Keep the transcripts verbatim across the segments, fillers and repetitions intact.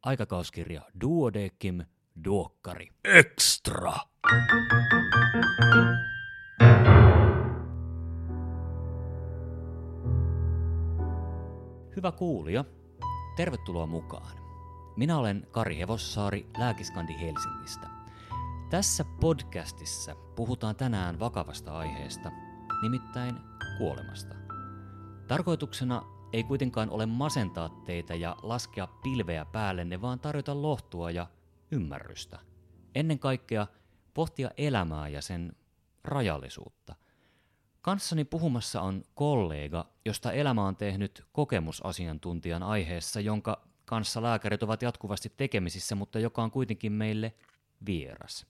aikakauskirja Duodecim Duokkari Extra. Hyvä kuulija, tervetuloa mukaan. Minä olen Kari Hevossaari Lääkiskandi Helsingistä. Tässä podcastissa puhutaan tänään vakavasta aiheesta, nimittäin kuolemasta. Tarkoituksena ei kuitenkaan ole masentaa teitä ja laskea pilveä päällenne, vaan tarjota lohtua ja ymmärrystä. Ennen kaikkea pohtia elämää ja sen rajallisuutta. Kanssani puhumassa on kollega, josta elämä on tehnyt kokemusasiantuntijan aiheessa, jonka kanssa lääkärit ovat jatkuvasti tekemisissä, mutta joka on kuitenkin meille vieras.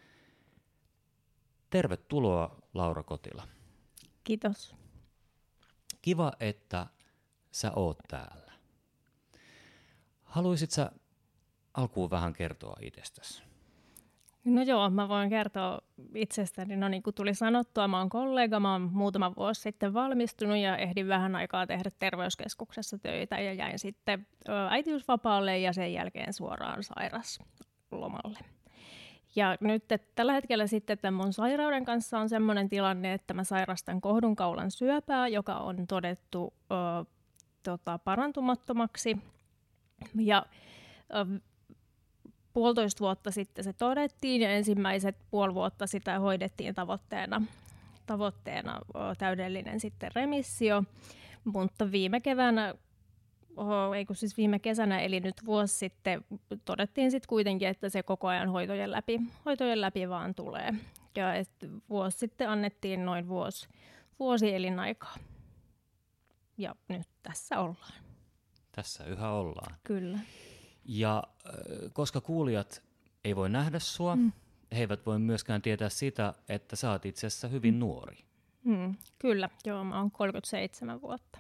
Tervetuloa, Laura Kotila. Kiitos. Kiva, että sä oot täällä. Haluaisit sä alkuun vähän kertoa itsestäsi? No joo, mä voin kertoa itsestäni. No niin kuin tuli sanottua, mä oon kollega, mä oon muutama vuosi sitten valmistunut ja ehdin vähän aikaa tehdä terveyskeskuksessa töitä ja jäin sitten äitiysvapaalle ja sen jälkeen suoraan sairaslomalle. Ja nyt että tällä hetkellä sitten tämän mun sairauden kanssa on semmoinen tilanne, että mä sairastan kohdunkaulan syöpää, joka on todettu ö, tota, parantumattomaksi. Ja ö, puolitoista vuotta sitten se todettiin ja ensimmäiset puoli vuotta sitä hoidettiin tavoitteena, tavoitteena ö, täydellinen sitten remissio. Mutta viime keväänä, Oho, ei kun siis viime kesänä, eli nyt vuosi sitten, todettiin sitten kuitenkin, että se koko ajan hoitojen läpi, hoitojen läpi vaan tulee. Ja et vuosi sitten annettiin noin vuosi, vuosi elinaikaa. Ja nyt tässä ollaan. Tässä yhä ollaan. Kyllä. Ja äh, koska kuulijat ei voi nähdä sua, mm. he eivät voi myöskään tietää sitä, että sä oot itse asiassa hyvin nuori. Mm, kyllä, joo, mä oon kolmekymmentäseitsemän vuotta.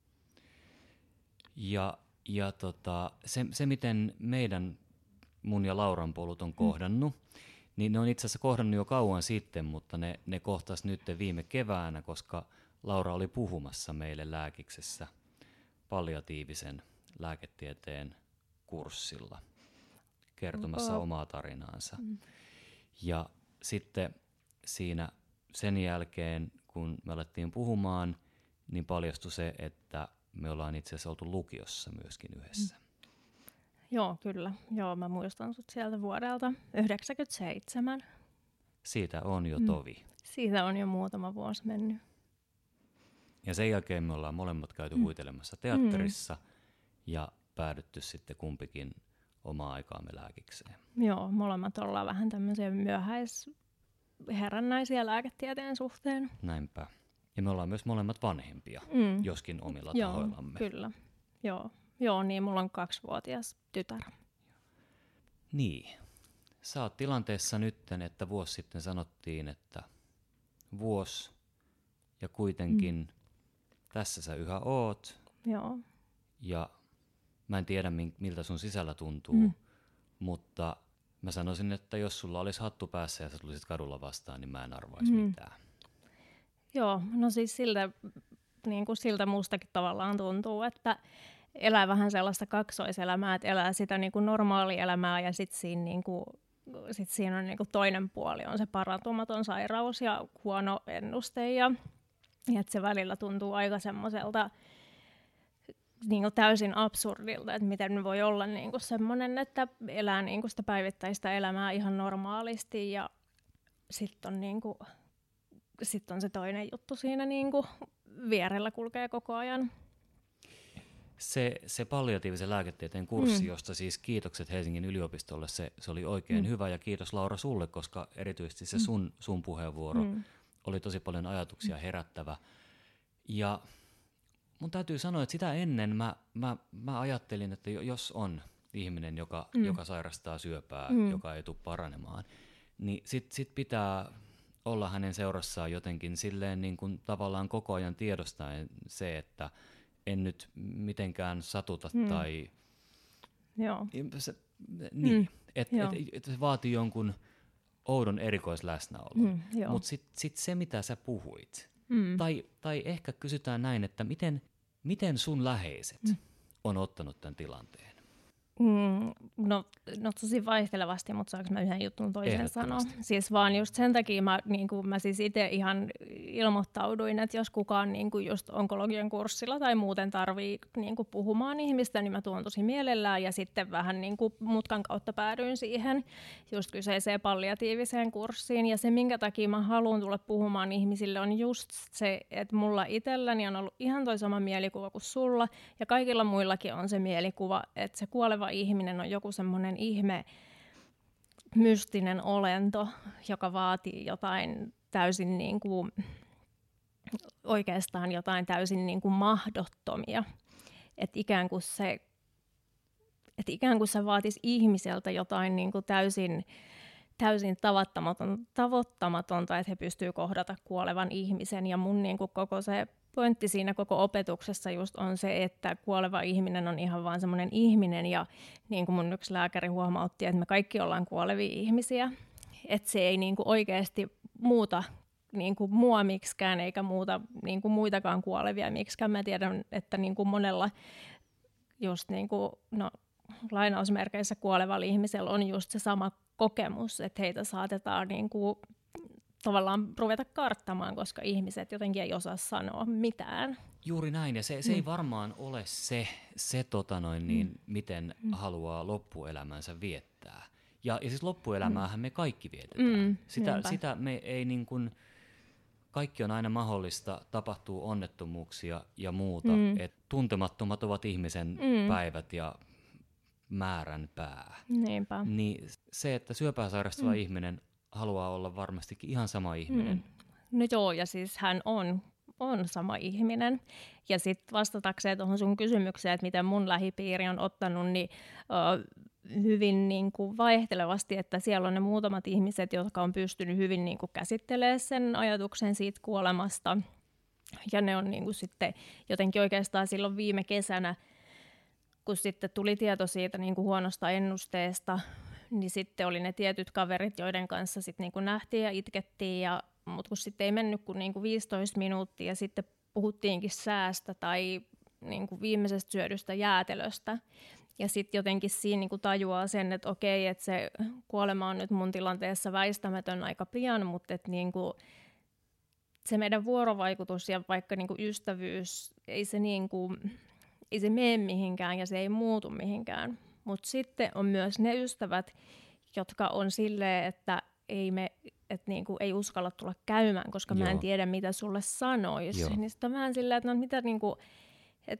Ja, ja tota, se, se, miten meidän, mun ja Lauran polut on kohdannut, mm. niin ne on itse asiassa kohdannut jo kauan sitten, mutta ne, ne kohtas nyt viime keväänä, koska Laura oli puhumassa meille lääkiksessä palliatiivisen lääketieteen kurssilla, kertomassa okay. omaa tarinaansa. Mm. Ja sitten siinä sen jälkeen, kun me alettiin puhumaan, niin paljastui se, että me ollaan itse asiassa oltu lukiossa myöskin yhdessä. Mm. Joo, kyllä. Joo, mä muistan sut sieltä vuodelta yhdeksänkymmentäseitsemän. Siitä on jo mm. tovi. Siitä on jo muutama vuosi mennyt. Ja sen jälkeen me ollaan molemmat käyty mm. huitelemassa teatterissa mm. ja päädytty sitten kumpikin omaa aikaamme lääkikseen. Joo, molemmat ollaan vähän tämmöisiä myöhäisherännäisiä lääketieteen suhteen. Näinpä. Ja me ollaan myös molemmat vanhempia, mm. joskin omilla Joo, tahoillamme. Kyllä. Joo. Joo, niin mulla on kaksivuotias tytär. Niin. Sä oot tilanteessa nytten, että vuosi sitten sanottiin, että vuosi ja kuitenkin mm. tässä sä yhä oot. Joo. Ja mä en tiedä miltä sun sisällä tuntuu, mm. mutta mä sanoisin, että jos sulla olisi hattu päässä ja sä tulisit kadulla vastaan, niin mä en arvaisi mm. mitään. Joo, no siis siltä, niin kuin siltä mustakin tavallaan tuntuu, että elää vähän sellaista kaksoiselämää, että elää sitä niin kuin normaalielämää ja sitten siinä, niin kuin, sit siinä on niin kuin toinen puoli, on se parantumaton sairaus ja huono ennuste ja, ja että se välillä tuntuu aika semmoiselta niin kuin täysin absurdilta, että miten voi olla niin kuin semmoinen, että elää niin kuin sitä päivittäistä elämää ihan normaalisti ja sitten on niin kuin Sitten on se toinen juttu siinä niin kuin vierellä kulkee koko ajan. Se, se palliatiivisen lääketieteen kurssi, mm. josta siis kiitokset Helsingin yliopistolle, se, se oli oikein mm. hyvä ja kiitos Laura sulle, koska erityisesti se sun, sun puheenvuoro mm. oli tosi paljon ajatuksia herättävä. Ja mun täytyy sanoa, että sitä ennen mä, mä, mä ajattelin, että jos on ihminen, joka, mm. joka sairastaa syöpää, mm. joka ei tule paranemaan, niin sit, sit pitää olla hänen seurassaan jotenkin silleen niin kuin tavallaan koko ajan tiedostaen se, että en nyt mitenkään satuta mm. tai Joo. Se, niin, Mm. että et, et se vaatii jonkun oudon erikoisläsnäolon. Mm, mutta sitten sit se, mitä sä puhuit, Mm. tai, tai ehkä kysytään näin, että miten, miten sun läheiset mm. on ottanut tämän tilanteen? Mm, No, no tosi vaihtelevasti, mutta saanko mä yhden jutun toisen sanoa? Siis vaan just sen takia mä, niin kuin mä siis itse ihan ilmoittauduin, että jos kukaan niin kuin just onkologian kurssilla tai muuten tarvii niin kuin puhumaan ihmistä, niin mä tuon tosi mielellään ja sitten vähän niin kuin mutkan kautta päädyin siihen just kyseiseen palliatiiviseen kurssiin. Ja se, minkä takia mä haluan tulla puhumaan ihmisille, on just se, että mulla itselläni on ollut ihan toi sama mielikuva kuin sulla ja kaikilla muillakin on se mielikuva, että se kuoleva ihminen on joku semmoinen ihme mystinen olento, joka vaatii jotain täysin niin kuin, oikeastaan jotain täysin niin kuin mahdottomia. Että ikään kuin se, että ikään kuin se vaatisi ihmiseltä jotain niin kuin täysin, täysin tavoittamaton, tavoittamatonta, että he pystyvät kohdata kuolevan ihmisen. Ja mun niin kuin koko se pointti siinä koko opetuksessa just on se, että kuoleva ihminen on ihan vaan semmoinen ihminen ja niin kuin mun yksi lääkäri huomautti, että me kaikki ollaan kuolevia ihmisiä, että se ei niin kuin oikeasti muuta niin kuin mua miksikään eikä muuta niin kuin muitakaan kuolevia miksikään. Mä tiedän, että niin kuin monella just niin kuin, no, lainausmerkeissä kuolevalla ihmisellä on just se sama kokemus, että heitä saatetaan niin kuin tavallaan ruveta karttamaan, koska ihmiset jotenkin ei osaa sanoa mitään. Juuri näin, ja se, se mm. ei varmaan ole se, se tota noin, niin, mm. miten mm. haluaa loppuelämänsä viettää. Ja, ja siis loppuelämäähän mm. me kaikki vietetään. Mm, sitä, sitä me ei niin kuin, kaikki on aina mahdollista, tapahtuu onnettomuuksia ja muuta. Mm. Et tuntemattomat ovat ihmisen mm. päivät ja määränpää. Niinpä. Niin se, että syöpää sairastuva mm. ihminen haluaa olla varmastikin ihan sama ihminen. Mm. No joo, ja siis hän on, on sama ihminen. Ja sitten vastatakseen tuohon sun kysymykseen, että miten mun lähipiiri on ottanut, niin uh, hyvin niin kuin vaihtelevasti, että siellä on ne muutamat ihmiset, jotka on pystynyt hyvin niin kuin käsittelemään sen ajatuksen siitä kuolemasta. Ja ne on niin kuin sitten jotenkin oikeastaan silloin viime kesänä, kun sitten tuli tieto siitä niin kuin huonosta ennusteesta, niin sitten oli ne tietyt kaverit, joiden kanssa sitten niinku nähtiin ja itkettiin, ja, mutta kun sitten ei mennyt kuin niinku viisitoista minuuttia, ja sitten puhuttiinkin säästä tai niinku viimeisestä syödystä jäätelöstä. Ja sitten jotenkin siinä niinku tajuaa sen, että okei, että se kuolema on nyt mun tilanteessa väistämätön aika pian, mutta että niinku se meidän vuorovaikutus ja vaikka niinku ystävyys, ei se, niinku, ei se mene mihinkään ja se ei muutu mihinkään. Mutta sitten on myös ne ystävät, jotka on silleen, että ei, me, et niinku, ei uskalla tulla käymään, koska Joo. mä en tiedä, mitä sulle sanoisi. Niin sitten on vähän silleen, että no, mitä, niinku, et,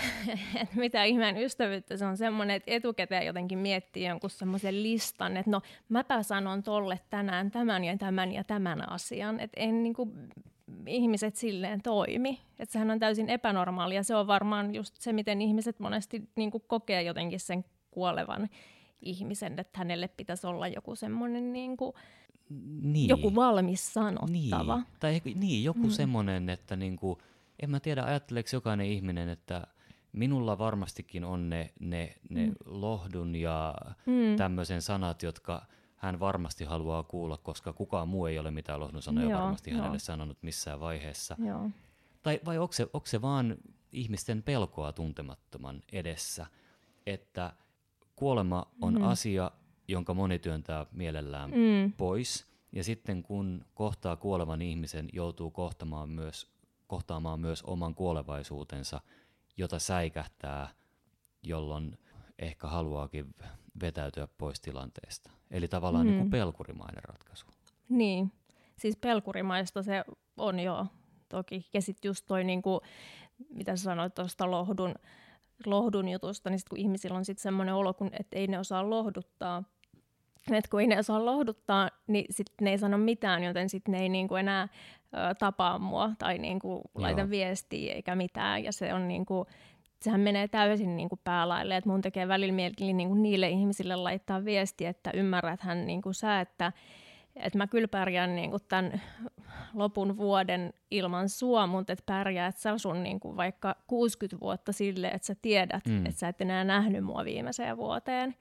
et mitä ihmeen ystävyyttä se on semmoinen, että etukäteen jotenkin miettii jonkun semmoisen listan, että no mäpä sanon tolle tänään tämän ja tämän ja tämän asian. Että en niinku, ihmiset silleen toimi. Että sehän on täysin epänormaalia. Ja se on varmaan just se, miten ihmiset monesti niinku kokee jotenkin sen kuolevan ihmisen, että hänelle pitäisi olla joku semmoinen niinku, niin. joku valmis sanottava. Niin, tai niin, joku mm. semmoinen, että niinku, en mä tiedä, ajatteleeko jokainen ihminen, että minulla varmastikin on ne, ne, ne mm. lohdun ja mm. tämmöisen sanat, jotka hän varmasti haluaa kuulla, koska kukaan muu ei ole mitään lohdun sanoja Joo, varmasti jo. hänelle sanonut missään vaiheessa. Joo. Tai vai onko se, onko se vaan ihmisten pelkoa tuntemattoman edessä, että kuolema on mm. asia, jonka moni työntää mielellään mm. pois, ja sitten kun kohtaa kuolevan ihmisen, joutuu kohtaamaan myös, kohtaamaan myös oman kuolevaisuutensa, jota säikähtää, jolloin ehkä haluaakin vetäytyä pois tilanteesta. Eli tavallaan mm. niin kuin pelkurimainen ratkaisu. Niin, siis pelkurimaista se on jo toki. Ja sitten just toi, niin kuin, mitä sä sanoit tuosta lohdun, lohdun jutusta, niin sit kun ihmisillä on sitten semmoinen olo, että ei ne osaa lohduttaa, että kun ei ne osaa lohduttaa, niin sitten ne ei sano mitään, joten sitten ne ei niinku enää ö, tapaa mua tai niinku laita viestiä eikä mitään. Ja se on niinku, sehän menee täysin niinku päälaille, että mun tekee välillä mieli niinku niille ihmisille laittaa viestiä, että ymmärräthän niinku sä, että et mä kyllä pärjään niinku tämän lopun vuoden ilman sua, mutta et pärjäät sä sun niinku vaikka kuusikymmentä vuotta silleen, että sä tiedät, mm. että sä et enää nähnyt mua viimeiseen vuoteen.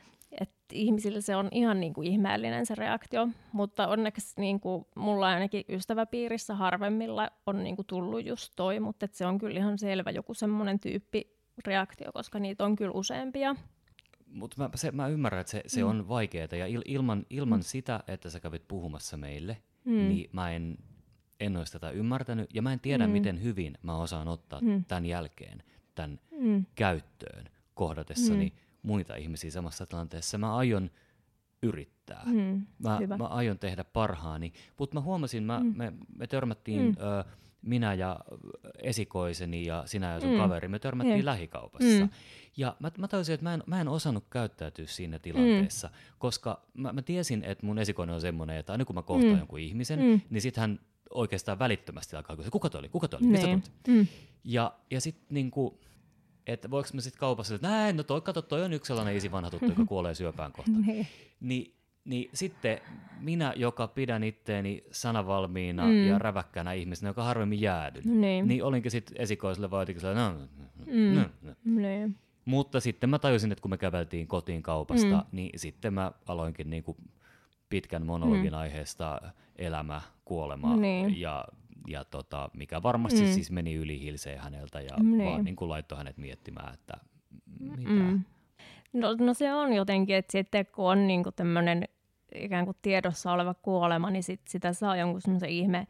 Et ihmisillä se on ihan niinku ihmeellinen se reaktio, mutta onneksi niinku mulla ainakin ystäväpiirissä harvemmilla on niinku tullut just toi, mutta se on kyllä ihan selvä joku semmoinen tyyppireaktio, koska niitä on kyllä useampia. Mutta mä, mä ymmärrän, että se, se mm. on vaikeaa ja il, ilman, ilman mm. sitä, että sä kävit puhumassa meille, mm. niin mä en, en olisi tätä ymmärtänyt ja mä en tiedä, mm. miten hyvin mä osaan ottaa mm. tämän jälkeen tämän mm. käyttöön kohdatessani mm. muita ihmisiä samassa tilanteessa. Mä aion yrittää. Mm. Mä, mä aion tehdä parhaani, mutta mä huomasin, mä, mm. me, me törmättiin... Mm. Ö, minä ja esikoiseni ja sinä ja sun mm. kaveri, me törmättiin yeah. lähikaupassa. Mm. Ja mä, mä tajusin, että mä en, mä en osannut käyttäytyä siinä tilanteessa, mm. koska mä, mä tiesin, että mun esikoinen on semmoinen, että aina kun mä kohtaan mm. jonkun ihmisen, mm. niin sit hän oikeastaan välittömästi alkaa kysyä, kuka toi oli, kuka toi oli, mistä tulit? Mm. Ja, ja sit niinku, että voiko mä sit kaupassa, että näin, no toi, kato, toi on yksi sellainen isi vanha tuttu, joka kuolee syöpään kohta. Niin Niin sitten minä, joka pidän itteeni sanavalmiina mm. ja räväkkänä ihmisenä, joka harvemmin jäädyn, niin, niin olinkin sitten esikoiselle vaan jotenkin sellainen, no, mm. no, no. Niin. Mutta sitten mä tajusin, että kun me käveltiin kotiin kaupasta, mm. niin sitten mä aloinkin niinku pitkän monologin mm. aiheesta elämä, kuolema niin. ja, ja tota, mikä varmasti mm. siis meni yli hilseen häneltä ja niin. vaan niin kuin laittoi hänet miettimään, että mitä. Mm. No, no se on jotenkin, että sitten kun on niinku tämmöinen ikään kuin tiedossa oleva kuolema, niin sit sitä saa jonkun semmoisen ihme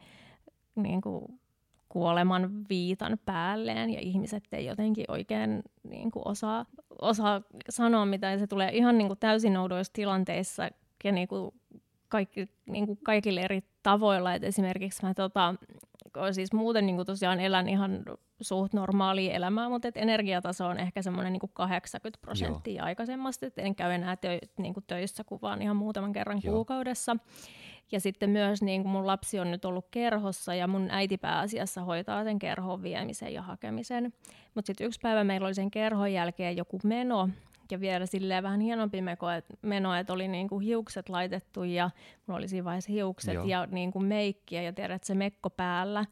niinku kuoleman viitan päälleen ja ihmiset ei jotenkin oikein niinku osaa, osaa sanoa mitään. Se tulee ihan niinku täysin oudoissa tilanteissa ja niinku kaikki, niinku kaikille eri tavoilla. Et esimerkiksi mä tota, siis muuten niinku tosiaan elän ihan suht normaalia elämää, mutta et energiataso on ehkä semmoinen niinku kahdeksankymmentä prosenttia Joo. aikaisemmasta, että en käy enää tö, niinku töissä kuin vaan ihan muutaman kerran Joo. kuukaudessa. Ja sitten myös niin mun lapsi on nyt ollut kerhossa ja mun äiti pääasiassa hoitaa sen kerhon viemisen ja hakemisen. Mutta sitten yksi päivä meillä oli sen kerhon jälkeen joku meno ja vielä silleen vähän hienompi meno, että oli niinku hiukset laitettu ja mulla oli siinä vaiheessa hiukset Joo. ja niinku meikkiä ja tiedät se mekko päällä.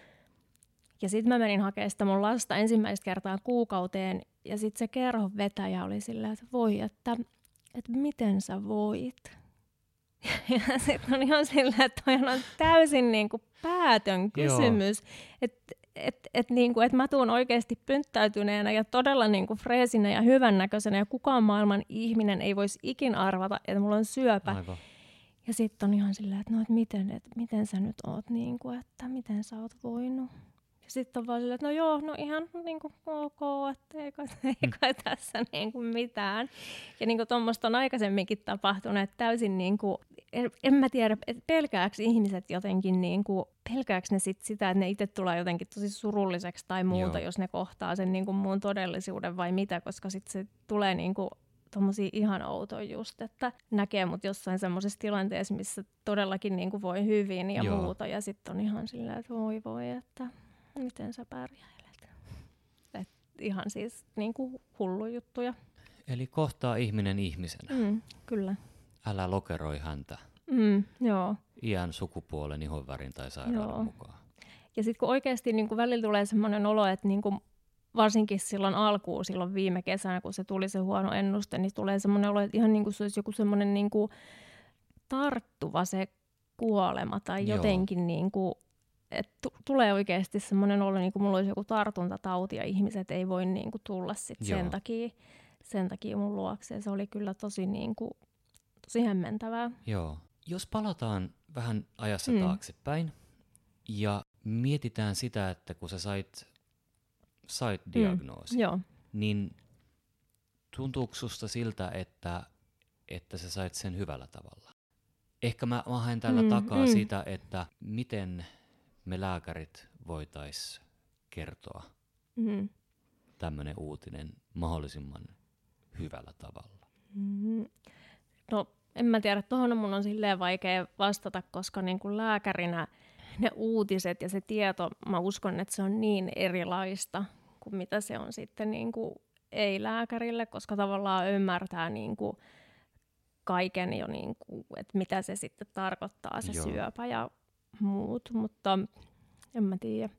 Ja sitten mä menin hakemaan sitä mun lasta ensimmäistä kertaa kuukauteen ja sitten se kerhon vetäjä oli silleen, että voi, että, että miten sä voit? Ja sitten on ihan silleen, että toi on täysin niinku päätön kysymys, että et, et niinku, et mä tuun oikeasti pynttäytyneenä ja todella niinku freesinä ja hyvännäköisenä ja kukaan maailman ihminen ei voisi ikin arvata, että mulla on syöpä. Aivan. Ja sitten on ihan silleen, että no, et miten, et, miten sä nyt oot, niinku, että miten sä oot voinut. Ja sitten on vaan silleen, että no joo, no ihan niinku ok, että ei kai, ei kai tässä niinku mitään. Ja niinku tuommoista on aikaisemminkin tapahtunut, että täysin niinku, en, en mä tiedä, että pelkääks ihmiset jotenkin, niinku, pelkääks ne sit sitä, että ne itse tulee jotenkin tosi surulliseksi tai muuta, joo. jos ne kohtaa sen niinku muun todellisuuden vai mitä, koska sitten se tulee niinku tommosia ihan outoja just, että näkee mut jossain semmoisessa tilanteessa, missä todellakin niinku voi hyvin ja joo. muuta, ja sitten on ihan silleen, että voi voi, että miten sä pärjäilet. Et ihan siis niinku hullu juttuja. Eli kohtaa ihminen ihmisenä. Mm, kyllä. Älä lokeroi häntä. Mm, joo. Iän, sukupuolen, ihonvärin tai sairauden joo. mukaan. Ja sitten kun oikeasti niinku välillä tulee semmoinen olo, että niinku, varsinkin silloin alkuun, silloin viime kesänä, kun se tuli se huono ennuste, niin tulee semmoinen olo, että ihan niin kuin se olisi joku semmoinen niinku tarttuva se kuolema tai jotenkin niin kuin, että t- tulee oikeasti semmoinen olo, niin kuin mulla olisi joku tartuntatauti ja ihmiset ei voi niin kuin tulla sit sen, takia, sen takia mun luokseen. Se oli kyllä tosi, niin kuin, tosi hämmentävää. Joo. Jos palataan vähän ajassa mm. taaksepäin ja mietitään sitä, että kun sä sait, sait diagnoosin, mm. niin tuntuuko susta siltä, että, että sä sait sen hyvällä tavalla? Ehkä mä, mä haen tällä mm. takaa mm. siitä, että miten me lääkärit voitais kertoa mm. tämmöinen uutinen mahdollisimman hyvällä tavalla. Mm. No en mä tiedä, tuohon mun on silleen vaikea vastata, koska niin kuin lääkärinä ne uutiset ja se tieto, mä uskon, että se on niin erilaista kuin mitä se on sitten niin kuin ei-lääkärille, koska tavallaan ymmärtää niin kuin kaiken jo, niin kuin, että mitä se sitten tarkoittaa, se Joo. syöpä ja muut, mutta en mä tiedä.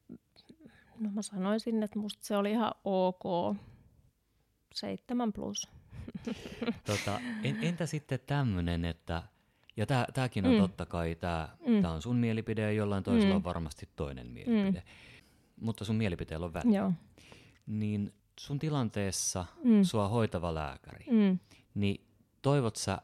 No mä sanoisin, että musta se oli ihan ok, seitsemän plus. Tota, en, entä sitten tämmöinen, että, ja tää, tääkin on mm. totta kai, tää, mm. tää on sun mielipide ja jollain toisella mm. on varmasti toinen mielipide, mm. mutta sun mielipiteellä on väliä. Joo. Niin sun tilanteessa mm. sua hoitava lääkäri, mm. niin toivot sä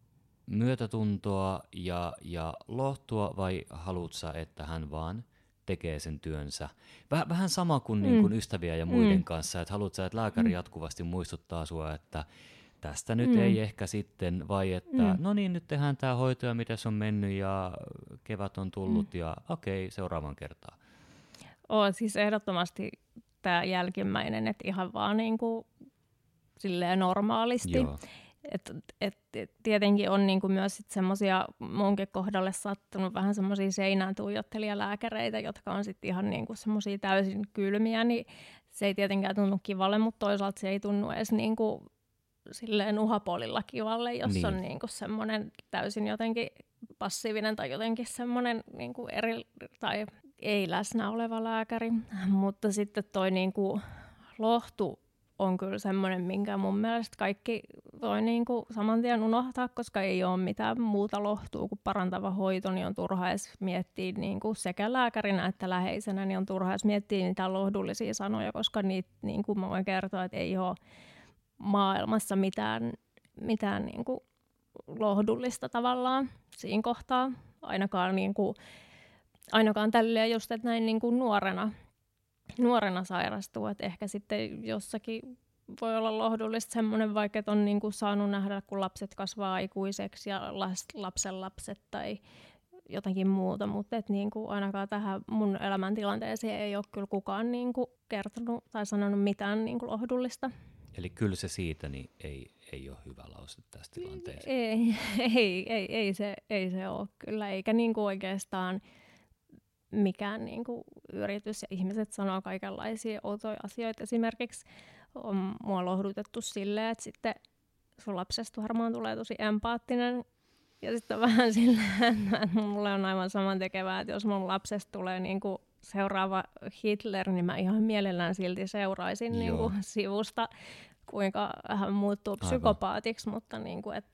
myötätuntoa ja, ja lohtua vai haluut sä, että hän vaan tekee sen työnsä? Väh, vähän sama kuin, mm. niin kuin ystäviä ja muiden mm. kanssa, että haluut sä, että lääkäri mm. jatkuvasti muistuttaa sua, että tästä nyt mm. ei ehkä sitten, vai että mm. no niin, nyt tehdään tämä hoito ja miten se on mennyt ja kevät on tullut mm. ja okei, okay, seuraavan kertaan. Oo, siis ehdottomasti tämä jälkimmäinen, että ihan vaan niin kuin silleen normaalisti. Et, et, et, tietenkin on niinku myös semmoisia munkin kohdalle sattunut vähän semmoisia seinään tuijottelijalääkäreitä, jotka on sitten ihan niinku semmoisia täysin kylmiä, niin se ei tietenkään tunnu kivalle, mutta toisaalta se ei tunnu edes niinku silleen uhapolilla kivalle, jos niin. on niinku semmoinen täysin jotenkin passiivinen tai jotenkin semmoinen niinku eri tai ei läsnä oleva lääkäri. Mutta sitten toi niinku lohtu on kyllä semmoinen, minkä mun mielestä kaikki voi niinku saman tien unohtaa, koska ei ole mitään muuta lohtua kuin parantava hoito, niin on turha edes miettiä niinku sekä lääkärinä että läheisenä, niin on turha edes miettiä niitä lohdullisia sanoja, koska niitä, niin kuin mä voin kertoa, että ei ole maailmassa mitään, mitään niinku lohdullista tavallaan siinä kohtaa, ainakaan, niinku, ainakaan tälleen just, että näin niinku nuorena. nuorena sairastuu, että ehkä sitten jossakin voi olla lohdullista semmoinen, vaikka että on niinku saanut nähdä, kun lapset kasvaa aikuiseksi ja lapsen lapset tai jotakin muuta, mutta et niinku ainakaan tähän mun elämäntilanteeseen ei ole kyllä kukaan niinku kertonut tai sanonut mitään niinku lohdullista. Eli kyllä se siitä niin ei, ei ole hyvä lause tässä tilanteessa. Ei, ei, ei, ei, se, ei se ole kyllä, eikä niinku oikeastaan mikään niinku yritys ja ihmiset sanoo kaikenlaisia outoja asioita. Esimerkiksi on mua lohdutettu silleen, että sitten sun lapsesta varmaan tulee tosi empaattinen. Ja sitten on vähän silleen, että mulle on aivan samantekevää, että jos mun lapsesta tulee niinku seuraava Hitler, niin mä ihan mielellään silti seuraisin niinku sivusta, kuinka hän muuttuu psykopaatiksi, aivan. Mutta niinku, et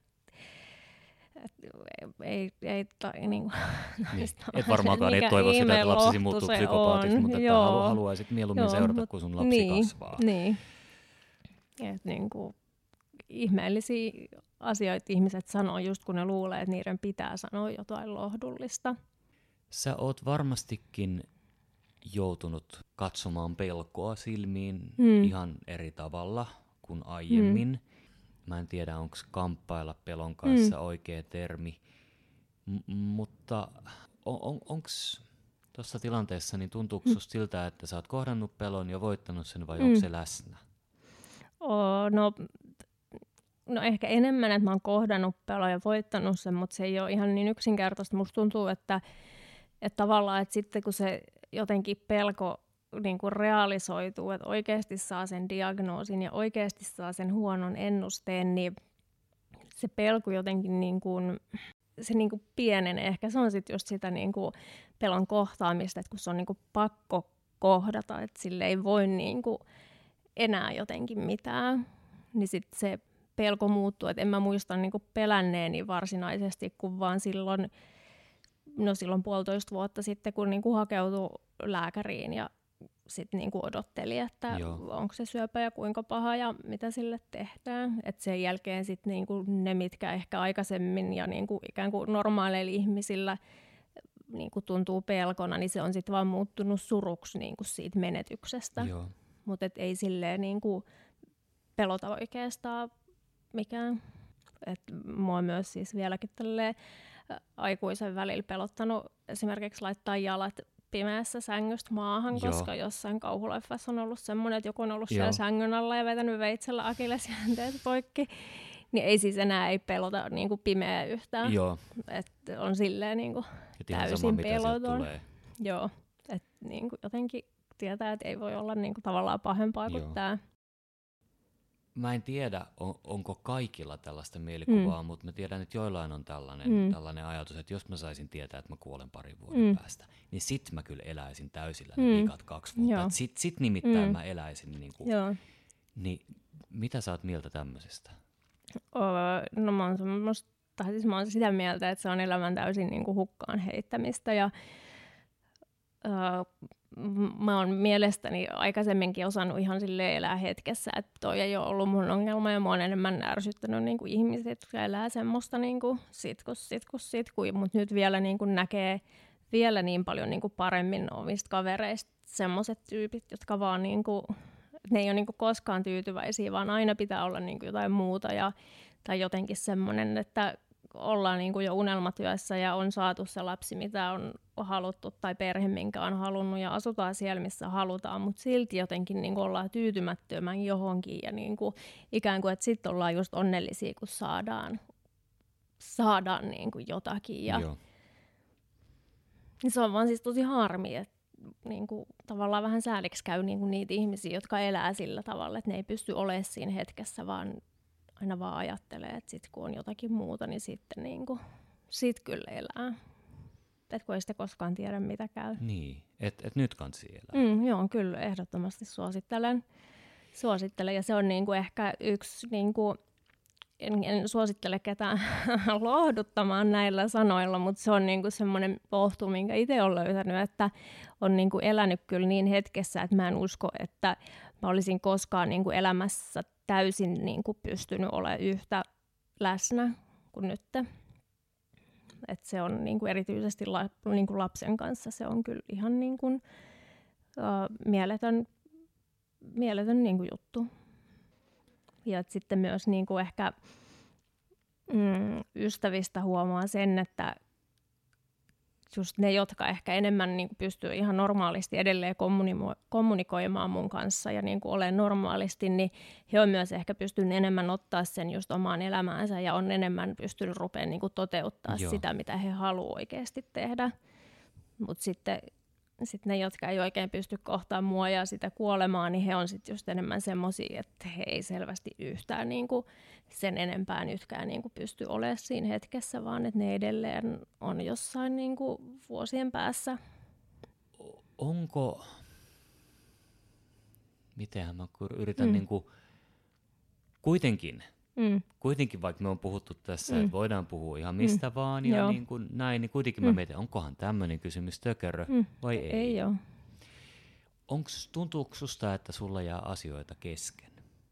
Et ei, ei, tai, niin kuin, niin. Et varmaankaan ei toivo sitä, että lapsesi muuttuu psykopaatiksi, mutta että halu, haluaisit mieluummin joo, seurata, mut, kun sun lapsi niin, kasvaa. Niin. Et, niin kuin, ihmeellisiä asioita ihmiset sanoo just kun ne luulee, että niiden pitää sanoa jotain lohdullista. Sä oot varmastikin joutunut katsomaan pelkoa silmiin hmm. ihan eri tavalla kuin aiemmin. Hmm. Mä en tiedä, onko kamppailla pelon kanssa mm. oikea termi, M- mutta on, on, onko tuossa tilanteessa, niin tuntuuko mm. susta siltä, että sä oot kohdannut pelon ja voittanut sen vai mm. onko se läsnä? Oh, no, no ehkä enemmän, että mä oon kohdannut pelon ja voittanut sen, mutta se ei ole ihan niin yksinkertaista. Musta tuntuu, että, että tavallaan, että sitten kun se jotenkin pelko niin kuin realisoituu, että oikeasti saa sen diagnoosin ja oikeasti saa sen huonon ennusteen, niin se pelko jotenkin niin kuin, se niin kuin pienenee. Ehkä se on sitten just sitä niin kuin pelon kohtaamista, että kun se on niin kuin pakko kohdata, että sille ei voi niin kuin enää jotenkin mitään, niin sitten se pelko muuttuu. Että en mä muista niin kuin pelänneeni varsinaisesti, kun vaan silloin, no silloin puolitoista vuotta sitten, kun niin kuin hakeutui lääkäriin ja sitten niinku odotteli, että joo. onko se syöpä ja kuinka paha ja mitä sille tehdään. Et sen jälkeen sit niinku ne, mitkä ehkä aikaisemmin ja niinku ikään kuin normaaleilla ihmisillä niinku tuntuu pelkona, niin se on sitten vaan muuttunut suruksi niinku siitä menetyksestä. Mutta ei silleen niinku pelota oikeastaan mikään. Et mua myös siis vieläkin tälleen aikuisen välillä pelottanut esimerkiksi laittaa jalat pimeässä sängystä maahan, joo. koska jossain kauhuleffassa on ollut semmoinen, että joku on ollut joo. siellä sängyn alla ja vetänyt veitsellä akillesjänteet poikki, niin ei siis enää ei pelota niin kuin pimeää yhtään. Joo. Et on silleen niin kuin täysin sama, peloton. Joo, että niin kuin jotenkin tietää, että ei voi olla niin kuin tavallaan pahempaa kuin tämä. Mä en tiedä, on, onko kaikilla tällaista mielikuvaa, mm. mutta mä tiedän, että joillain on tällainen, mm. tällainen ajatus, että jos mä saisin tietää, että mä kuolen parin vuoden mm. päästä, niin sit mä kyllä eläisin täysillä ne mm. vikat kaksi vuotta. Sit, sit nimittäin mm. mä eläisin. Niin, kuin, niin mitä sä oot mieltä tämmöisestä? Oh, no mä oon, semmoista, siis mä oon sitä mieltä, että se on elämän täysin niin kuin hukkaan heittämistä ja Uh, mä oon mielestäni aikaisemminkin osannut ihan silleen elää hetkessä, että toi ei ole ollut mun ongelma ja mä oon enemmän ärsyttänyt niin kuin ihmiset, jotka elää semmoista niin kuin sitkus, sitkus, sitkus, mutta nyt vielä niin kuin näkee vielä niin paljon niin kuin paremmin omista kavereista semmoiset tyypit, jotka vaan niin kuin, ne ei ole niin kuin koskaan tyytyväisiä, vaan aina pitää olla niin kuin jotain muuta ja, tai jotenkin semmoinen, että ollaan niin kuin jo unelmatyössä ja on saatu se lapsi, mitä on haluttu, tai perhe, minkä on halunnut, ja asutaan siellä, missä halutaan, mutta silti jotenkin niin kuin ollaan tyytymättömän johonkin, ja niin kuin, ikään kuin, että sitten ollaan just onnellisia, kun saadaan, saadaan niin kuin jotakin. Ja Joo. se on vaan siis tosi harmi, että niin kuin, tavallaan vähän sääliksi käy niin kuin niitä ihmisiä, jotka elää sillä tavalla, että ne ei pysty olemaan siinä hetkessä, vaan aina vaan ajattelee, että sit kun on jotakin muuta, niin sitten niin kuin, sit kyllä elää. Että kun ei sitä koskaan tiedä, mitä käy. Niin, että et nyt kansi elää. Mm, joo, kyllä ehdottomasti suosittelen. suosittelen. Ja se on niinku ehkä yksi, niinku, en, en suosittele ketään lohduttamaan näillä sanoilla, mutta se on niinku semmoinen pohtu, minkä itse olen löytänyt, että on niinku elänyt kyllä niin hetkessä, että mä en usko, että mä olisin koskaan niinku elämässä täysin niinku pystynyt olemaan yhtä läsnä kuin nyt. Et se on niinku erityisesti la, niinku lapsen kanssa se on kyllä ihan niinku, uh, mieletön, mieletön niinku juttu. Ja sitten myös niinku ehkä mm, ystävistä huomaa sen, että just ne, jotka ehkä enemmän niinku pystyy ihan normaalisti edelleen kommunimo- kommunikoimaan mun kanssa ja niinku olen normaalisti, niin he on myös ehkä pystynyt enemmän ottaa sen just omaan elämäänsä ja on enemmän pystynyt rupeamaan niinku toteuttaa Joo. sitä, mitä he haluaa oikeasti tehdä. Mutta sitten sit ne, jotka ei oikein pysty kohtaamaan mua ja sitä kuolemaa, niin he on sitten just enemmän semmoisia, että he ei selvästi yhtään niinku sen enempää nytkään niinku pysty olemaan siinä hetkessä, vaan että ne edelleen on jossain niinku vuosien päässä. Onko, mitenhän mä yritän mm. niinku, kuitenkin, mm. kuitenkin vaikka me on puhuttu tässä, mm. että voidaan puhua ihan mistä mm. vaan ja niin kuin näin, niin kuitenkin mm. mä mietin, onkohan tämmöinen kysymys tökerö mm. vai ei? Ei ole. Onks, tuntuuko susta, että sulla jää asioita kesken?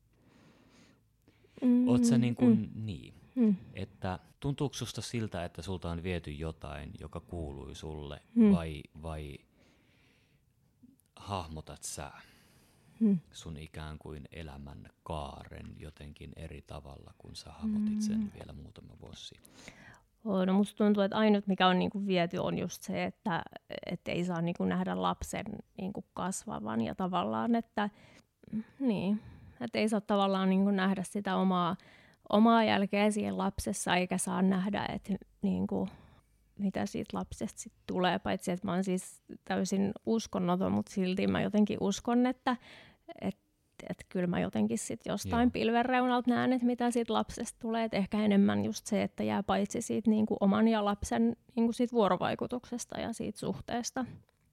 Mm. Oot sä niin kuin, mm. niin, mm. että tuntuuko susta siltä, että sulta on viety jotain, joka kuului sulle mm. vai, vai hahmotat sä Hmm. sun ikään kuin elämän kaaren jotenkin eri tavalla, kun sä hahmotit sen hmm. vielä muutama vuosi sitten? No musta tuntuu, että ainut mikä on niinku viety on just se, että et ei saa niinku nähdä lapsen niinku kasvavan ja tavallaan, että niin, et ei saa tavallaan niinku nähdä sitä omaa, omaa jälkeä siihen lapsessa eikä saa nähdä, että niinku, mitä siitä lapsesta sit tulee, paitsi että mä oon siis täysin uskonnoton, mutta silti mä jotenkin uskon, että et, et kyllä mä jotenkin sit jostain Joo. pilven reunalta näen, että mitä siitä lapsesta tulee, et ehkä enemmän just se, että jää paitsi siitä niinku oman ja lapsen niinku siitä vuorovaikutuksesta ja siitä suhteesta.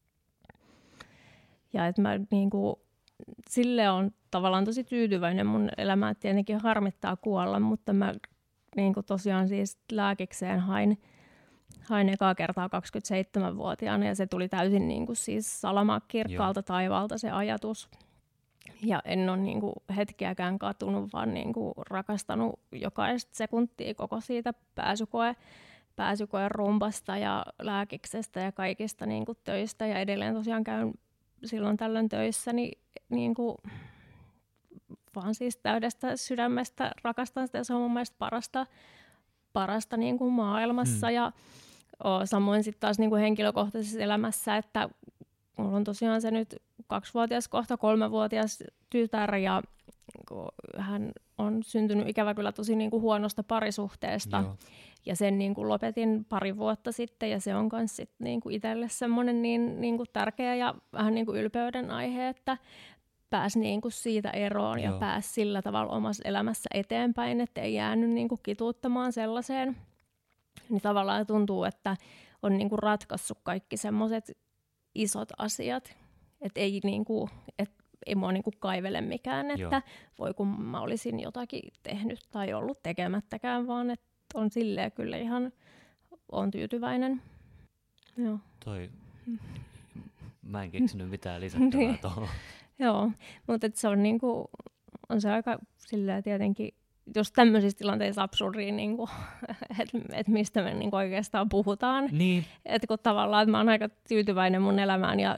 Ja että mä niinku, sille on tavallaan tosi tyytyväinen mun elämä, että tietenkin harmittaa kuolla, mutta mä niinku tosiaan siis lääkikseen hain Hain ekaa kertaa kaksikymmentäseitsemänvuotiaana ja se tuli täysin niin kuin siis salamakirkkaalta Joo. taivaalta se ajatus. Ja en ole niin kuin hetkiäkään katunut, vaan niin kuin rakastanut jokaista sekuntia koko siitä pääsykoe, pääsykoen rumpasta ja lääkiksestä ja kaikista niin kuin töistä. Ja edelleen tosiaan käyn silloin tällöin töissä, niin, niin kuin, vaan siis täydestä sydämestä rakastan sitä. Se on mun mielestä parasta, parasta niin kuin maailmassa. Hmm. Ja o, samoin sitten taas niin kuin henkilökohtaisessa elämässä, että mulla on tosiaan se nyt kaksivuotias, kohta kolmevuotias tytär ja hän on syntynyt ikävä kyllä tosi niin kuin huonosta parisuhteesta. Joo. Ja sen niin kuin lopetin pari vuotta sitten ja se on myös sit niin kuin itselle semmoinen niin, niin kuin tärkeä ja vähän niin kuin ylpeyden aihe, että pääsi niin kuin siitä eroon Joo. ja pääsi sillä tavalla omassa elämässä eteenpäin, että ei jäänyt niin kuin kituuttamaan sellaiseen. Niin tavallaan tuntuu, että on niin kuin ratkaissut kaikki semmoiset isot asiat, että ei, niin kuin, et, ei mua niin kuin kaivele mikään, että Joo. voi kun mä olisin jotakin tehnyt tai ollut tekemättäkään, vaan että on silleen kyllä ihan, on tyytyväinen. Joo. Toi, mä en keksinyt mitään lisättävää tuohon. Joo, mutta se on, niinku, on se aika silleen tietenkin, jos tämmöisissä tilanteissa absurdiin, niinku, että et mistä me niinku oikeastaan puhutaan. Niin. Että kun tavallaan että mä oon aika tyytyväinen mun elämään ja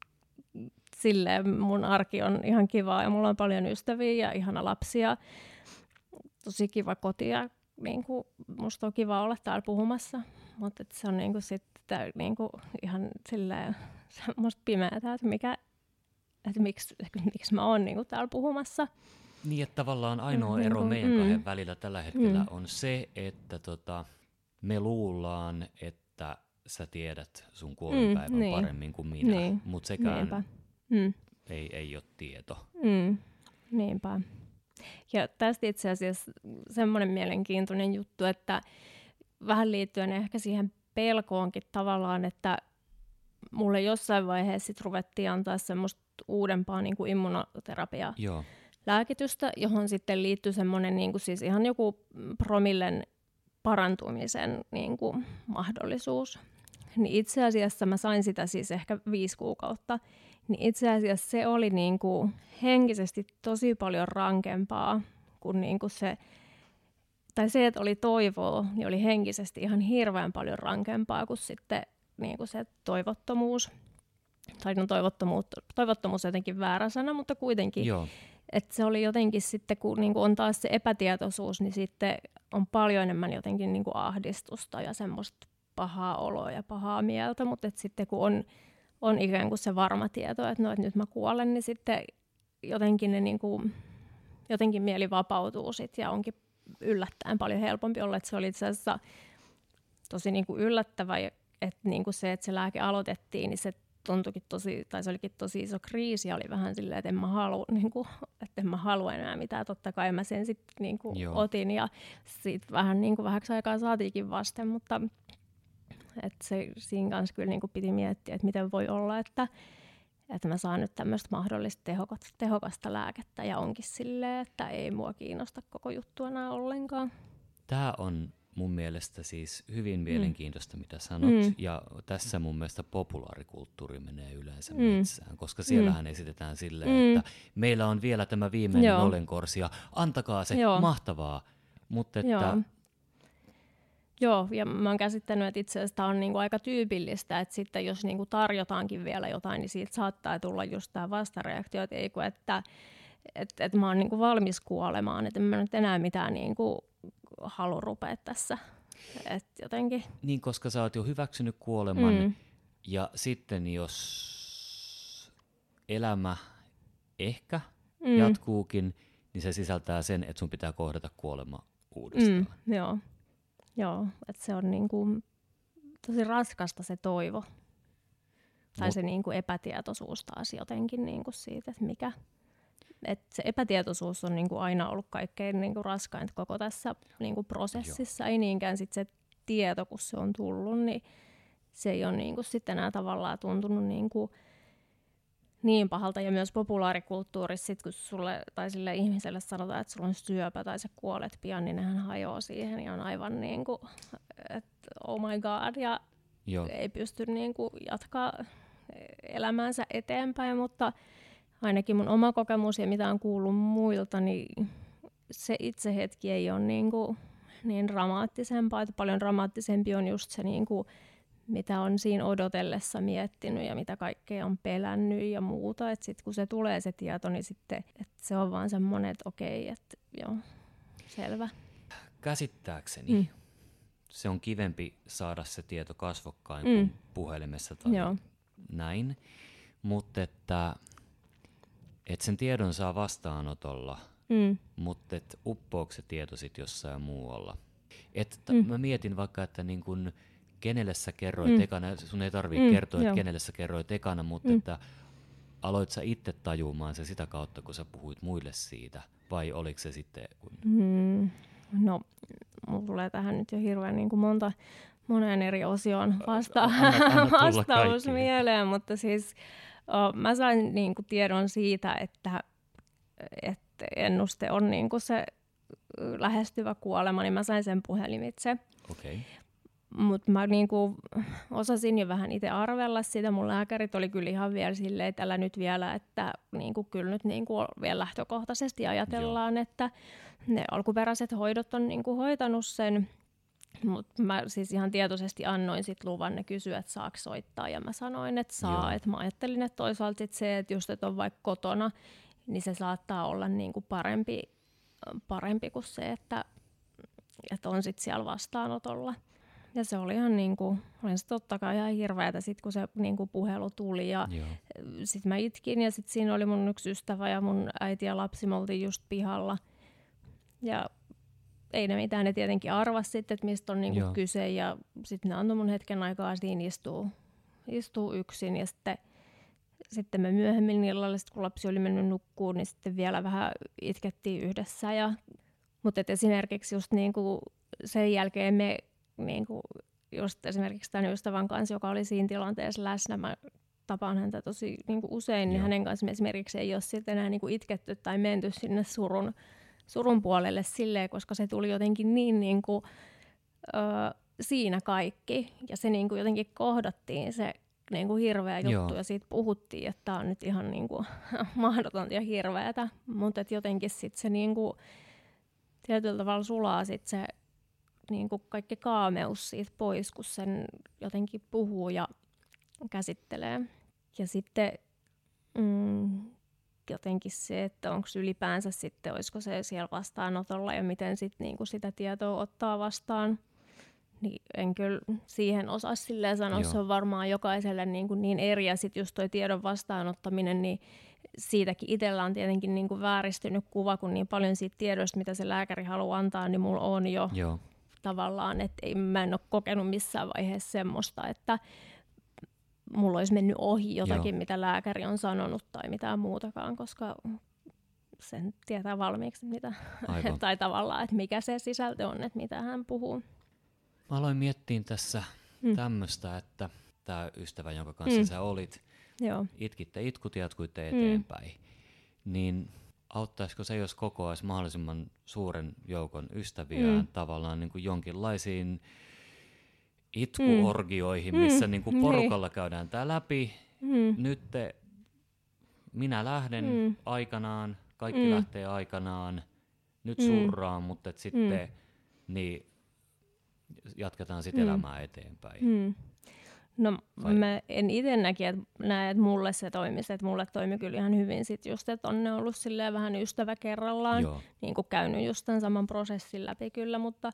silleen mun arki on ihan kivaa ja mulla on paljon ystäviä ja ihana lapsia. Tosi kiva koti ja niinku, musta on kiva olla täällä puhumassa, mutta se on niinku sitten niinku ihan silleen semmoista pimeätä, että mikä, että miksi, miksi mä oon niinku täällä puhumassa. Niin, että tavallaan ainoa Mm, ero niinku, meidän mm. kahden välillä tällä hetkellä Mm. on se, että tota, me luullaan, että sä tiedät sun kuolinpäivän Mm, niin. paremmin kuin minä, Niin. mutta sekään Niinpä. Mm. ei, ei ole tieto. Mm. Niinpä. Ja tästä itse asiassa semmoinen mielenkiintoinen juttu, että vähän liittyen ehkä siihen pelkoonkin tavallaan, että mulle jossain vaiheessa sit ruvettiin antaa semmoista uudempaa niin kuin immunoterapialääkitystä, Joo. johon sitten liittyy semmoinen niin kuin siis ihan joku promillen parantumisen niin kuin mahdollisuus. Niin itse asiassa mä sain sitä siis ehkä viisi kuukautta, niin itse asiassa se oli niin kuin henkisesti tosi paljon rankempaa kuin, niin kuin se, tai se, että oli toivoa, niin oli henkisesti ihan hirveän paljon rankempaa kuin sitten niin kuin se toivottomuus. Tai no toivottomuus, toivottomuus on jotenkin väärä sana, mutta kuitenkin. Joo. Että se oli jotenkin sitten, kun niin kuin on taas se epätietoisuus, niin sitten on paljon enemmän jotenkin niin kuin ahdistusta ja semmoista pahaa oloa ja pahaa mieltä, mutta sitten kun on, on ikään kuin se varma tieto, että no, että nyt mä kuolen, niin sitten jotenkin, ne niin kuin, jotenkin mieli vapautuu sit ja onkin yllättäen paljon helpompi olla, että se oli itse asiassa tosi niin kuin yllättävä, että niin kuin se, että se lääke aloitettiin, niin se tuntuikin tosi, tai se olikin tosi iso kriisi, oli vähän silleen, että en mä halua, niin kuin, että en mä halua enää mitään, totta kai mä sen sitten niin kuin otin, ja siitä vähän niin kuin vähäksi aikaa saatiinkin vasten, mutta että se, siinä kanssa kyllä niin kuin piti miettiä, että miten voi olla, että, että mä saan nyt tämmöistä mahdollista tehokasta, tehokasta lääkettä, ja onkin silleen, että ei mua kiinnosta koko juttu enää ollenkaan. Tämä on mun mielestä siis hyvin mielenkiintoista, mm. mitä sanot, mm. ja tässä mun mielestä populaarikulttuuri menee yleensä mm. metsään, koska siellähän mm. esitetään silleen, mm. että meillä on vielä tämä viimeinen Joo. nolenkorsi, ja antakaa se, Joo. mahtavaa, mutta että... Joo. Joo, ja mä oon käsittänyt, että itse asiassa tämä on niinku aika tyypillistä, että sitten jos niinku tarjotaankin vielä jotain, niin siitä saattaa tulla just tämä vastareaktio, että ei kun, että et, et mä oon niinku valmis kuolemaan, että en mä nyt enää mitään niinku halua rupea tässä. Et jotenkin. Niin, koska sä oot jo hyväksynyt kuoleman, mm. ja sitten jos elämä ehkä mm. jatkuukin, niin se sisältää sen, että sun pitää kohdata kuolema uudestaan. Mm, joo. Joo, että se on niinku tosi raskasta se toivo. Tai Mut. se niinku epätietoisuus taas jotenkin niinku siitä, että mikä. Et se epätietoisuus on niinku aina ollut kaikkein niinku raskainta koko tässä niinku prosessissa. Joo. Ei niinkään sit se tieto, kun se on tullut, niin se ei ole niinku sitten enää tavallaan tuntunut niinku niin pahalta. Ja myös populaarikulttuurissa, sit kun sulle tai sille ihmiselle sanotaan, että sulla on syöpä tai sä kuolet pian, niin nehän hajoaa siihen ja on aivan niin kuin, että oh my god, ja Joo. ei pysty niin kuin jatkaa elämäänsä eteenpäin, mutta ainakin mun oma kokemus ja mitä on kuullut muilta, niin se itse hetki ei ole niin, kuin niin dramaattisempaa, että paljon dramaattisempi on just se niin kuin mitä on siinä odotellessa miettinyt ja mitä kaikkea on pelännyt ja muuta. Että sitten kun se tulee se tieto, niin sitten että se on vaan semmoinen, että okei, että joo, selvä. Käsittääkseni mm. se on kivempi saada se tieto kasvokkain mm. kuin puhelimessa tai joo. näin. Mutta että, että sen tiedon saa vastaanotolla, mm. mutta että uppoako se tieto sitten jossain muualla. Että mm. mä mietin vaikka, että niin kun kenelle sä kerroit mm. ekana, sun ei tarvitse mm, kertoa, että kenelle sä kerroit ekana, mutta mm. että aloit sä itse tajumaan se sitä kautta, kun sä puhuit muille siitä, vai oliko se sitten? Kun... Mm, no, mulla tulee tähän nyt jo hirveän niin kuin monta, monen eri osioon vasta- anna, anna vastaus kaikki. Mieleen, mutta siis oh, mä sain niin kuin tiedon siitä, että, että ennuste on niin kuin se lähestyvä kuolema, niin mä sain sen puhelimitse. Okei. Okay. Mutta mä niinku osasin jo vähän itse arvella sitä. Mun lääkärit oli kyllä ihan vielä silleen, että älä nyt vielä, että niinku, kyllä nyt niinku vielä lähtökohtaisesti ajatellaan, Joo. että ne alkuperäiset hoidot on niinku hoitanut sen. Mutta mä siis ihan tietoisesti annoin sit luvan, ne kysyä, että saako soittaa, ja mä sanoin, että saa. Et mä ajattelin, että toisaalta sit se, että just että on vaikka kotona, niin se saattaa olla niinku parempi, parempi kuin se, että, että on sit siellä vastaanotolla. Ja se oli ihan niinku, olin se totta kai ihan hirveätä sit, kun se niinku puhelu tuli. Ja sitten mä itkin, ja sitten siinä oli mun yksi ystävä ja mun äiti ja lapsi, me oltiin just pihalla. Ja ei ne mitään, ne tietenkin arvasi sitten, että mistä on niinku kyse, ja sitten ne antoi mun hetken aikaa siinä istuu, istuu yksin, ja sitten, sitten me myöhemmin illalla, kun lapsi oli mennyt nukkuun, niin sitten vielä vähän itkettiin yhdessä, ja, mutta esimerkiksi just niinku sen jälkeen me niinku just esimerkiksi tämän ystävän kanssa, joka oli siinä tilanteessa läsnä, mä tapaan häntä tosi niinku usein, niin Joo. hänen kanssa esimerkiksi ei ole sitten enää niinku itketty tai menty sinne surun surun puolelle silleen, koska se tuli jotenkin niin, niin kuin, ö, siinä kaikki. Ja se niin kuin jotenkin kohdattiin se niin kuin hirveä juttu Joo. ja siitä puhuttiin, että tämä on nyt ihan niin kuin, mahdotonta ja hirveätä. Mutta jotenkin sitten se niin kuin, tietyllä tavalla sulaa sit se niin kuin kaikki kaameus siitä pois, kun sen jotenkin puhuu ja käsittelee. Ja sitten Mm, jotenkin se, että onko ylipäänsä sitten, olisiko se siellä vastaanotolla ja miten sit niinku sitä tietoa ottaa vastaan, niin en kyllä siihen osaa silleen sanoa. Joo. Se on varmaan jokaiselle niin, kuin niin eri, ja sitten just toi tiedon vastaanottaminen, niin siitäkin itsellä on tietenkin niin kuin vääristynyt kuva, kun niin paljon siitä tiedosta, mitä se lääkäri haluaa antaa, niin mulla on jo Joo. tavallaan, että ei, mä en ole kokenut missään vaiheessa semmoista, että mulla olisi mennyt ohi jotakin, Joo. mitä lääkäri on sanonut tai mitään muutakaan, koska sen tietää valmiiksi, mitä, tai tavallaan, että mikä se sisältö on, että mitä hän puhuu. Mä aloin miettiä tässä mm. tämmöistä, että tämä ystävä, jonka kanssa mm. sä olit, Joo. itkitte itkut ja jatkuitte eteenpäin, mm. niin auttaisiko se, jos kokoaisi mahdollisimman suuren joukon ystäviään mm. tavallaan niin kuin jonkinlaisiin itkuorgioihin, mm. missä niin kuin porukalla niin. käydään tää läpi. Mm. Nyt te, minä lähden mm. aikanaan, kaikki mm. lähtee aikanaan, nyt mm. surraan, mutta et sitten mm. niin jatketaan sitten mm. elämää eteenpäin. Mm. No mä en itse näki, että näe, että mulle se toimisi, että mulle toimi kyllä ihan hyvin sit just, että on ne ollut silleen vähän ystävä kerrallaan, Joo. niin kuin käynyt just tämän saman prosessin läpi kyllä, mutta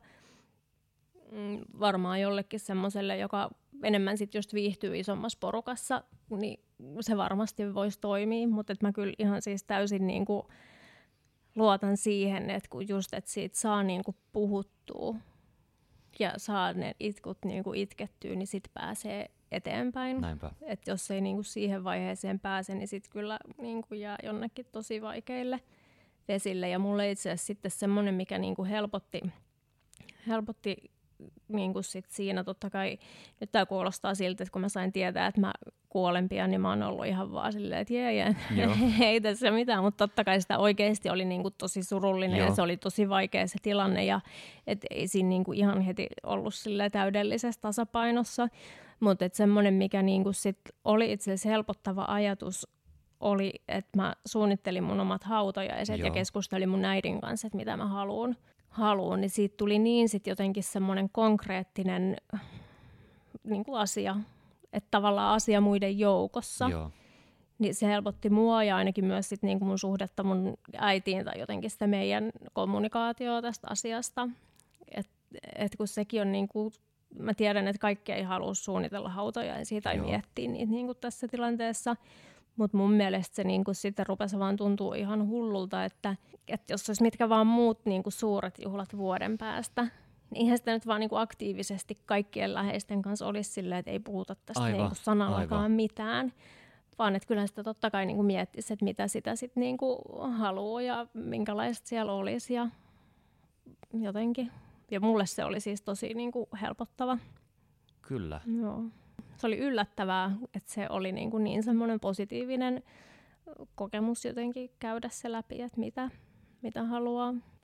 mm, varmaan jollekin semmoselle, joka enemmän sit just viihtyy isommassa porukassa, niin se varmasti voisi toimia, mutta mä kyllä ihan siis täysin niin kuin luotan siihen, että kun just, että siitä saa niin kuin puhuttua, ja saa ne itkut niinku itkettyä, niin sit pääsee eteenpäin. Et jos ei niinku siihen vaiheeseen pääse, niin sit kyllä niinku jää jonnekin tosi vaikeille vesille. Ja mulle itse asiassa sitten semmoinen, mikä niinku helpotti, helpotti niinku sit siinä, totta kai nyt tää kuulostaa siltä, että kun mä sain tietää, että mä kuolen pian, niin mä oon ollut ihan vaan silleen, että jee, jee, ei tässä mitään, mutta totta kai sitä oikeasti oli niinku tosi surullinen Joo. ja se oli tosi vaikea se tilanne ja et ei siinä niinku ihan heti ollut täydellisessä tasapainossa, mutta semmoinen, mikä niinku sit oli itse asiassa helpottava ajatus, oli, että mä suunnittelin mun omat hautajaiset Joo. ja keskustelin mun äidin kanssa, että mitä mä haluun, haluun, niin siitä tuli niin sit jotenkin semmoinen konkreettinen niinku asia, että tavallaan asia muiden joukossa, Joo. niin se helpotti mua ja ainakin myös sit niinku mun suhdetta mun äitiin tai jotenkin sitä meidän kommunikaatioa tästä asiasta. Et, et kun sekin on, niinku, mä tiedän, että kaikki ei halua suunnitella hautajaisia tai Joo. miettiä niitä niinku tässä tilanteessa, mutta mun mielestä se niinku sitten rupesi vaan tuntua ihan hullulta, että, että jos olisi mitkä vaan muut niinku suuret juhlat vuoden päästä, niin eihän sitä nyt vaan niinku aktiivisesti kaikkien läheisten kanssa olisi silleen, että ei puhuta tästä aivan, niinku sanallakaan aivan. mitään, vaan että kyllä sitä totta kai niinku miettisi, että mitä sitä sitten niinku haluaa ja minkälaista siellä olisi ja jotenkin. Ja mulle se oli siis tosi niinku helpottava. Kyllä. Joo. Se oli yllättävää, että se oli niinku niin semmoinen positiivinen kokemus jotenkin käydä se läpi, että mitä, mitä haluaa.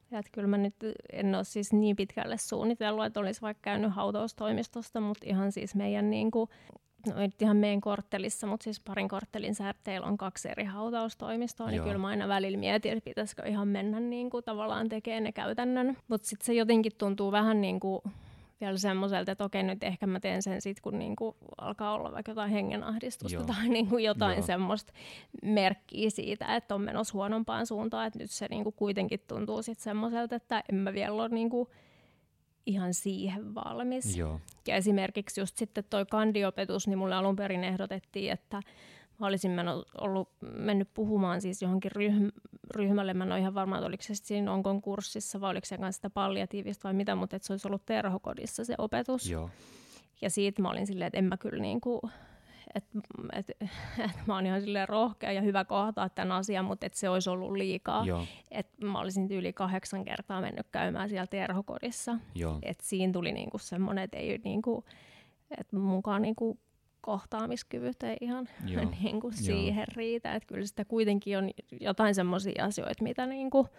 Ja että kyllä mä nyt en ole siis niin pitkälle suunnitellut, että olisi vaikka käynyt hautaustoimistosta, mutta ihan siis meidän, niin kuin, no ihan meidän korttelissa, mutta siis parin korttelin säärteillä on kaksi eri hautaustoimistoa, niin Joo. kyllä mä aina välillä mietin, että pitäisikö ihan mennä niin kuin, tavallaan tekemään ne käytännön. Mutta sitten se jotenkin tuntuu vähän niin kuin vielä semmoiselta, että okei, nyt ehkä mä teen sen sitten, kun niinku alkaa olla vaikka jotain hengenahdistusta. Joo. Tai niinku jotain Joo. semmoista merkkiä siitä, että on menossa huonompaan suuntaan. Että nyt se niinku kuitenkin tuntuu sitten semmoiselta, että en mä vielä ole niinku ihan siihen valmis. Joo. Ja esimerkiksi just sitten toi kandiopetus, niin mulle alun perin ehdotettiin, että mä olisin mennyt, ollut, mennyt puhumaan siis johonkin ryhm, ryhmälle. Mä en ole ihan varma, että oliko se siinä Onkon kurssissa vai oliko se kanssa sitä palliatiivista vai mitä, mutta että se olisi ollut terhokodissa se opetus. Joo. Ja siitä mä olin silleen, että en mä kyllä niinku, että et, et, et mä oon ihan silleen rohkea ja hyvä kohtaa tämän asian, mutta että se olisi ollut liikaa. Että mä olisin yli kahdeksan kertaa mennyt käymään siellä terhokodissa. Että siinä tuli niinku semmoinen, että ei niinku, että mukaan niinku kohtaamiskyvyt ei ihan niin kuin siihen riitä. Että kyllä sitä kuitenkin on jotain semmoisia asioita, mitä niin kuin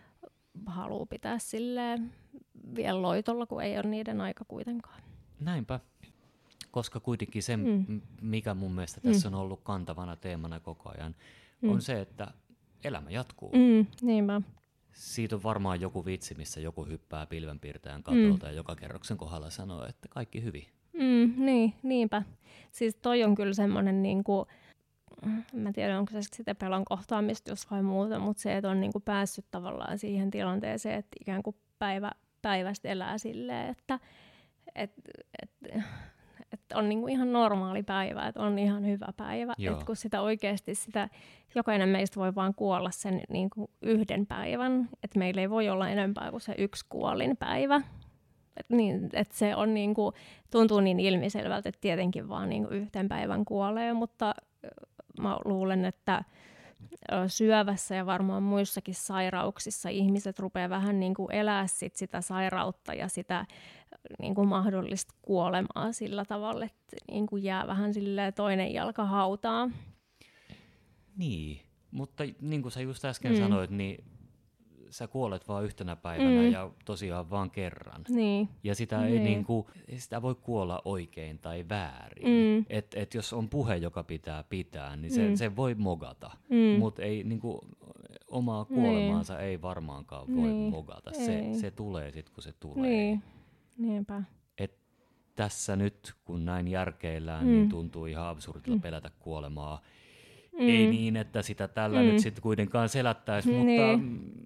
haluaa pitää silleen vielä loitolla, kun ei ole niiden aika kuitenkaan. Näinpä. Koska kuitenkin se, mm. mikä mun mielestä tässä mm. on ollut kantavana teemana koko ajan, mm. on se, että elämä jatkuu. Mm, niinpä. Siitä on varmaan joku vitsi, missä joku hyppää pilvenpiirtäjän katolta mm. ja joka kerroksen kohdalla sanoo, että kaikki hyvin. Mm, niin, niinpä. Siis toi on kyllä semmoinen, niinku, mä tiedän onko se sitä pelon kohtaamista jos vai muuta, mutta se, että on niinku päässyt tavallaan siihen tilanteeseen, että ikään kuin päivä, päivästä elää silleen, että et, et, et on niinku ihan normaali päivä, että on ihan hyvä päivä. Että kun sitä oikeasti sitä, jokainen meistä voi vaan kuolla sen niinku yhden päivän, että meillä ei voi olla enempää kuin se yksi kuolin päivä. Et niin, et se on niinku, tuntuu niin ilmiselvältä, että tietenkin vaan niinku yhten päivän kuolee, mutta mä luulen, että syövässä ja varmaan muissakin sairauksissa ihmiset rupeaa vähän niinku elää sit sitä sairautta ja sitä niinku mahdollista kuolemaa sillä tavalla, että niinku jää vähän toinen jalka hautaan. Niin, mutta niin kuin sä just äsken mm. sanoit, niin sä kuolet vaan yhtenä päivänä mm. ja tosiaan vaan kerran. Niin. Ja sitä ei, niin. niinku, sitä voi kuolla oikein tai väärin. Mm. Et, et jos on puhe, joka pitää pitää, niin se, mm. se voi mogata. Mm. Mutta niinku, omaa kuolemaansa niin. ei varmaankaan voi niin. mogata. Se, se tulee sitten, kun se tulee. Niin. Niinpä. Et tässä nyt, kun näin järkeillään, mm. niin tuntuu ihan absurdilla mm. pelätä kuolemaa. Mm. Ei niin, että sitä tällä mm. nyt sitten kuitenkaan selättäisi, niin. mutta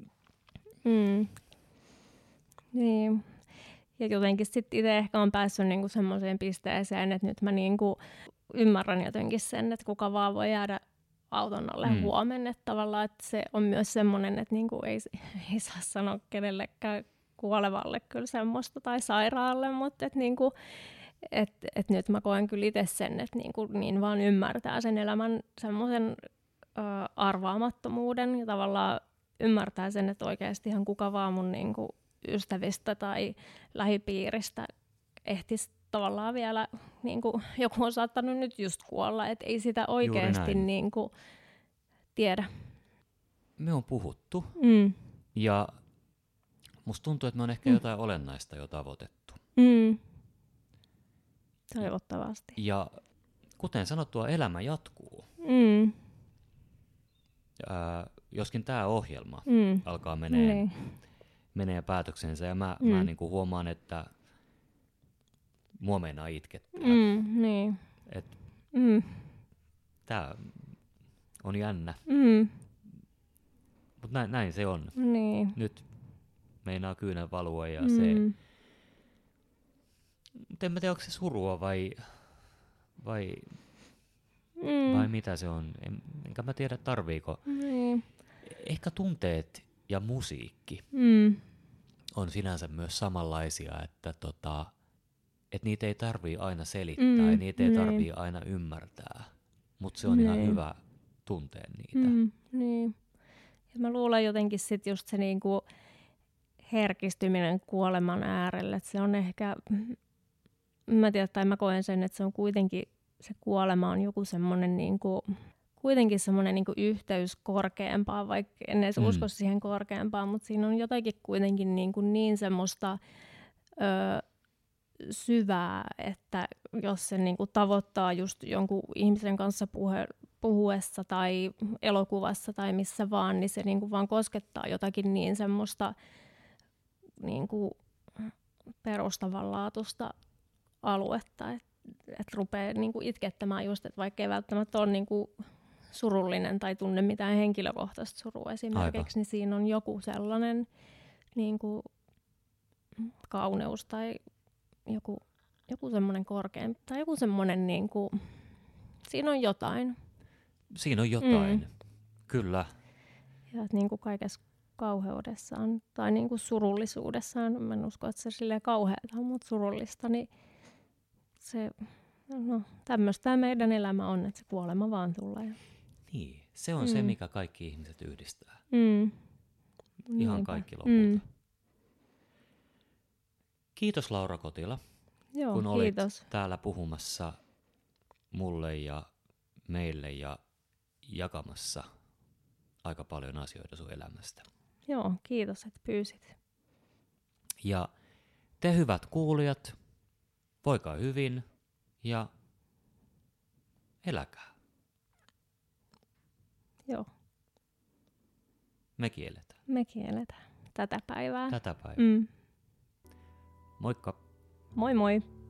Mm. Niin. Ja jotenkin sitten itse ehkä on päässyt niinku semmoiseen pisteeseen, että nyt mä niinku ymmärrän jotenkin sen, että kuka vaan voi jäädä auton alle mm. huomenna. Että tavallaan että se on myös semmoinen, että niinku ei, ei saa sanoa kenellekään kuolevalle kyllä semmoista tai sairaalle, mutta että niinku, et, et nyt mä koen kyllä itse sen, että niinku niin vaan ymmärtää sen elämän semmoisen ö, arvaamattomuuden ja tavallaan ymmärtää sen, että oikeasti ihan kuka vaan mun niinku ystävistä tai lähipiiristä ehtisi tavallaan vielä, niinku, joku on saattanut nyt just kuolla, että ei sitä oikeasti niinku tiedä. Me on puhuttu mm. ja musta tuntuu, että me on ehkä mm. jotain olennaista jo tavoitettu. Mm. Toivottavasti. Ja kuten sanottua, elämä jatkuu. Mm. Ää, joskin tämä ohjelma mm. alkaa menee, niin. menee päätöksensä ja mä, mm. mä niinku huomaan, että mua meinaa itkettää. Mm, niin. Et mm. tää on jännä. Mm. Mutta näin, näin se on. Niin. Nyt meinaa kyynel valua ja mm. se... Mutta en mä tiedä, onko se surua vai... vai Mm. Vai mitä se on? En, enkä mä tiedä, tarviiko. Mm. Ehkä tunteet ja musiikki mm. on sinänsä myös samanlaisia, että tota, et niitä ei tarvii aina selittää mm. ja niitä ei niin. tarvii aina ymmärtää. Mutta se on niin. ihan hyvä tuntea niitä. Mm. Niin. Ja mä luulen jotenkin sit just se niinku herkistyminen kuoleman äärelle, että se on ehkä, mä tiedän, tai mä koen sen, että se on kuitenkin se kuolema on joku semmoinen, niin kuin, kuitenkin semmoinen niin kuin yhteys korkeampaan, vaikka en edes Mm. usko siihen korkeampaan, mutta siinä on jotakin kuitenkin niin, kuin niin semmoista ö, syvää, että jos se niin kuin tavoittaa just jonkun ihmisen kanssa puhe, puhuessa tai elokuvassa tai missä vaan, niin se niin kuin vaan koskettaa jotakin niin semmoista niin kuin perustavanlaatuista aluetta, että et rupeaa niin kuin itkettämään just, että vaikka ei välttämättä ole niin kuin surullinen tai tunne mitään henkilökohtaista surua esimerkiksi, Aivan. niin siinä on joku sellainen niin kuin kauneus tai joku, joku semmoinen korkeampi, tai joku semmoinen, niin kuin, siinä on jotain. Siinä on jotain, Mm. kyllä. Ja että niin kuin kaikessa kauheudessaan tai niin kuin surullisuudessaan, mä en usko, että se silleen kauheata on, mutta surullista, niin se, no tämmöistä meidän elämä on, että se kuolema vaan tulee. Niin, se on Mm. se, mikä kaikki ihmiset yhdistää. Mm. Ihan Niinpä. kaikki lopulta. Mm. Kiitos Laura Kotila, Joo, kun olit kiitos. täällä puhumassa mulle ja meille ja jakamassa aika paljon asioita sun elämästä. Joo, kiitos, että pyysit. Ja te hyvät kuulijat, voikaa hyvin ja eläkää. Joo, Mekin eletään mekin eletään tätä päivää. tätä päivää. Mm. Moikka! Moi moi!